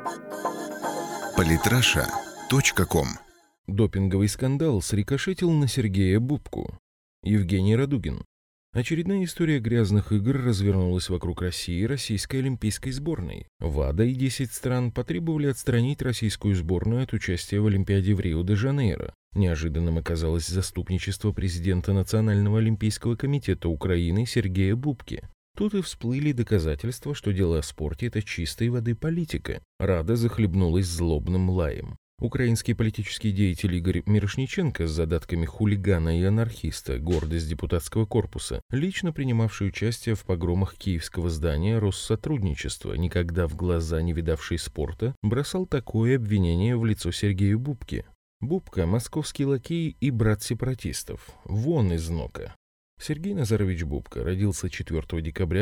Политраша.ком. Допинговый скандал срикошетил на Сергея Бубку. Евгений Радугин. Очередная история грязных игр развернулась вокруг России и российской олимпийской сборной. ВАДА и 10 стран потребовали отстранить российскую сборную от участия в Олимпиаде в Рио-де-Жанейро. Неожиданным оказалось заступничество президента Национального олимпийского комитета Украины Сергея Бубки. Тут и всплыли доказательства, что дело о спорте – это чистой воды политика. Рада захлебнулась злобным лаем. Украинский политический деятель Игорь Мирошниченко с задатками хулигана и анархиста, гордость депутатского корпуса, лично принимавший участие в погромах киевского здания Россотрудничества, никогда в глаза не видавший спорта, бросал такое обвинение в лицо Сергею Бубке. Бубка – московский лакей и брат сепаратистов. Вон из НОКа. Сергей Назарович Бубка родился 4 декабря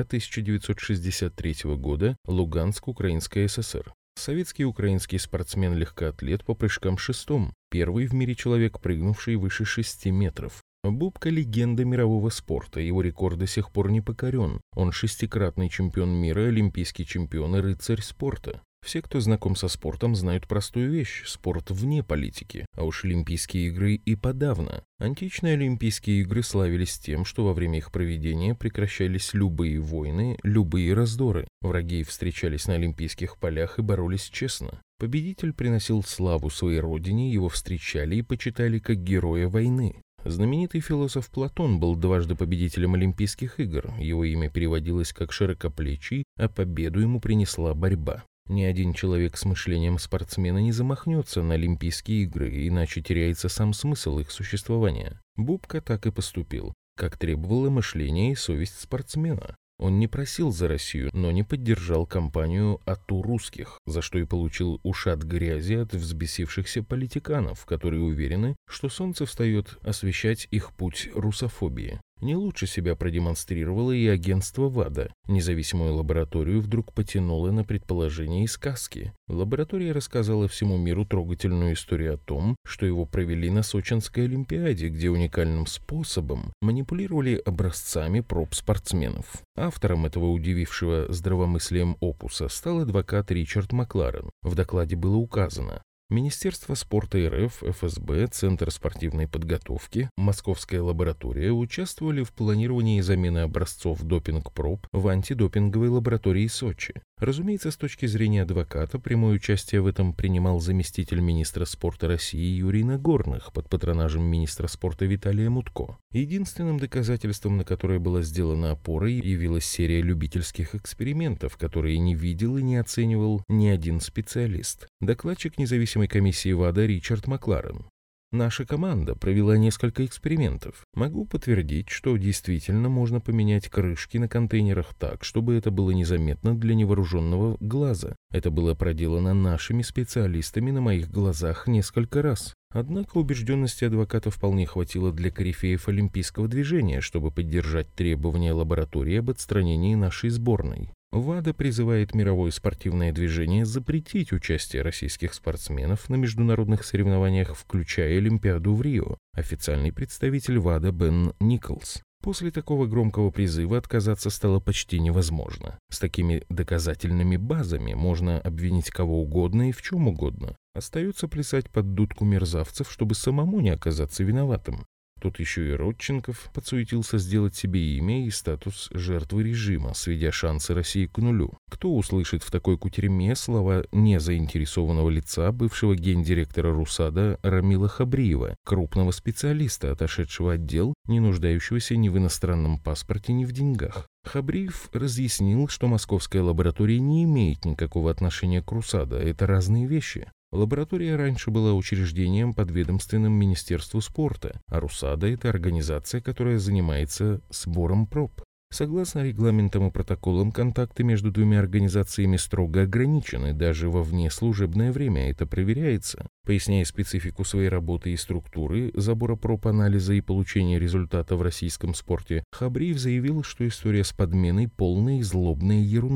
1963 года, Луганск, Украинская ССР. Советский украинский спортсмен-легкоатлет по прыжкам шестом, первый в мире человек, прыгнувший выше 6 метров. Бубка – легенда мирового спорта, его рекорд до сих пор не покорен. Он шестикратный чемпион мира, олимпийский чемпион и рыцарь спорта. Все, кто знаком со спортом, знают простую вещь – спорт вне политики, а уж Олимпийские игры и подавно. Античные Олимпийские игры славились тем, что во время их проведения прекращались любые войны, любые раздоры. Враги встречались на Олимпийских полях и боролись честно. Победитель приносил славу своей родине, его встречали и почитали как героя войны. Знаменитый философ Платон был дважды победителем Олимпийских игр, его имя переводилось как «широкоплечий», а победу ему принесла борьба. Ни один человек с мышлением спортсмена не замахнется на Олимпийские игры, иначе теряется сам смысл их существования. Бубка так и поступил, как требовало мышление и совесть спортсмена. Он не просил за Россию, но не поддержал кампанию «Ату русских», за что и получил ушат грязи от взбесившихся политиканов, которые уверены, что солнце встает освещать их путь русофобии. Не лучше себя продемонстрировало и агентство ВАДА. Независимую лабораторию вдруг потянуло на предположения и сказки. Лаборатория рассказала всему миру трогательную историю о том, что его провели на Сочинской Олимпиаде, где уникальным способом манипулировали образцами проб спортсменов. Автором этого удивившего здравомыслием опуса стал адвокат Ричард Макларен. В докладе было указано: Министерство спорта РФ, ФСБ, Центр спортивной подготовки, Московская лаборатория участвовали в планировании замены образцов допинг-проб в антидопинговой лаборатории Сочи. Разумеется, с точки зрения адвоката, прямое участие в этом принимал заместитель министра спорта России Юрий Нагорных под патронажем министра спорта Виталия Мутко. Единственным доказательством, на которое была сделана опора, явилась серия любительских экспериментов, которые не видел и не оценивал ни один специалист. Докладчик независимой комиссии ВАДА Ричард Макларен. Наша команда провела несколько экспериментов. Могу подтвердить, что действительно можно поменять крышки на контейнерах так, чтобы это было незаметно для невооруженного глаза. Это было проделано нашими специалистами на моих глазах несколько раз. Однако убежденности адвоката вполне хватило для корифеев олимпийского движения, чтобы поддержать требования лаборатории об отстранении нашей сборной. ВАДА призывает мировое спортивное движение запретить участие российских спортсменов на международных соревнованиях, включая Олимпиаду в Рио. Официальный представитель ВАДА Бен Николс. После такого громкого призыва отказаться стало почти невозможно. С такими доказательными базами можно обвинить кого угодно и в чем угодно. Остается плясать под дудку мерзавцев, чтобы самому не оказаться виноватым. Тут еще и Родченков подсуетился сделать себе имя и статус жертвы режима, сведя шансы России к нулю. Кто услышит в такой кутерьме слова незаинтересованного лица бывшего гендиректора РУСАДА Рамила Хабриева, крупного специалиста, отошедшего отдел, не нуждающегося ни в иностранном паспорте, ни в деньгах? Хабриев разъяснил, что московская лаборатория не имеет никакого отношения к РУСАДА, это разные вещи. Лаборатория раньше была учреждением подведомственным Министерству спорта, а РУСАДА – это организация, которая занимается сбором проб. Согласно регламентам и протоколам, контакты между двумя организациями строго ограничены, даже во внеслужебное время это проверяется. Поясняя специфику своей работы и структуры, забора проб, анализа и получения результата в российском спорте, Хабриев заявил, что история с подменой – полная и злобная ерунда.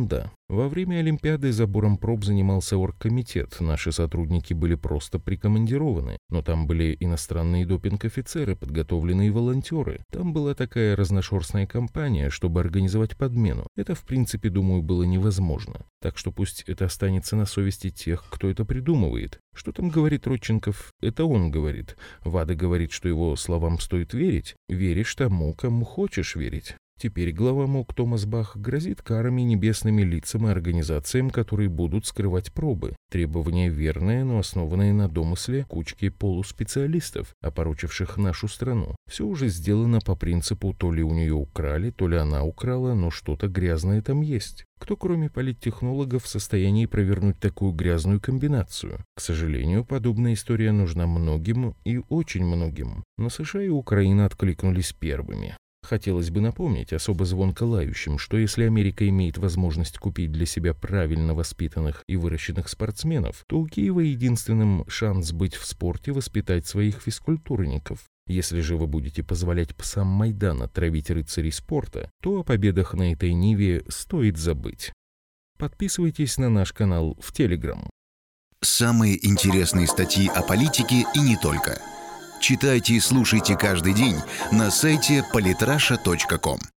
Во время Олимпиады забором проб занимался оргкомитет. Наши сотрудники были просто прикомандированы. Но там были иностранные допинг-офицеры, подготовленные волонтеры. Там была такая разношерстная кампания, чтобы организовать подмену. Это, в принципе, думаю, было невозможно. Так что пусть это останется на совести тех, кто это придумывает. Что там говорит Родченков? Это он говорит. Вада говорит, что его словам стоит верить. Веришь тому, кому хочешь верить. Теперь глава МОК Томас Бах грозит карами небесными лицам и организациям, которые будут скрывать пробы. Требование верное, но основанное на домысле кучки полуспециалистов, опорочивших нашу страну. Все уже сделано по принципу то ли у нее украли, то ли она украла, но что-то грязное там есть. Кто, кроме политтехнологов, в состоянии провернуть такую грязную комбинацию? К сожалению, подобная история нужна многим и очень многим. Но США и Украина откликнулись первыми. Хотелось бы напомнить особо звонко лающим, что если Америка имеет возможность купить для себя правильно воспитанных и выращенных спортсменов, то у Киева единственным шанс быть в спорте воспитать своих физкультурников. Если же вы будете позволять псам Майдана травить рыцарей спорта, то о победах на этой ниве стоит забыть. Подписывайтесь на наш канал в Telegram. Самые интересные статьи о политике и не только. Читайте и слушайте каждый день на сайте polytrasha.com.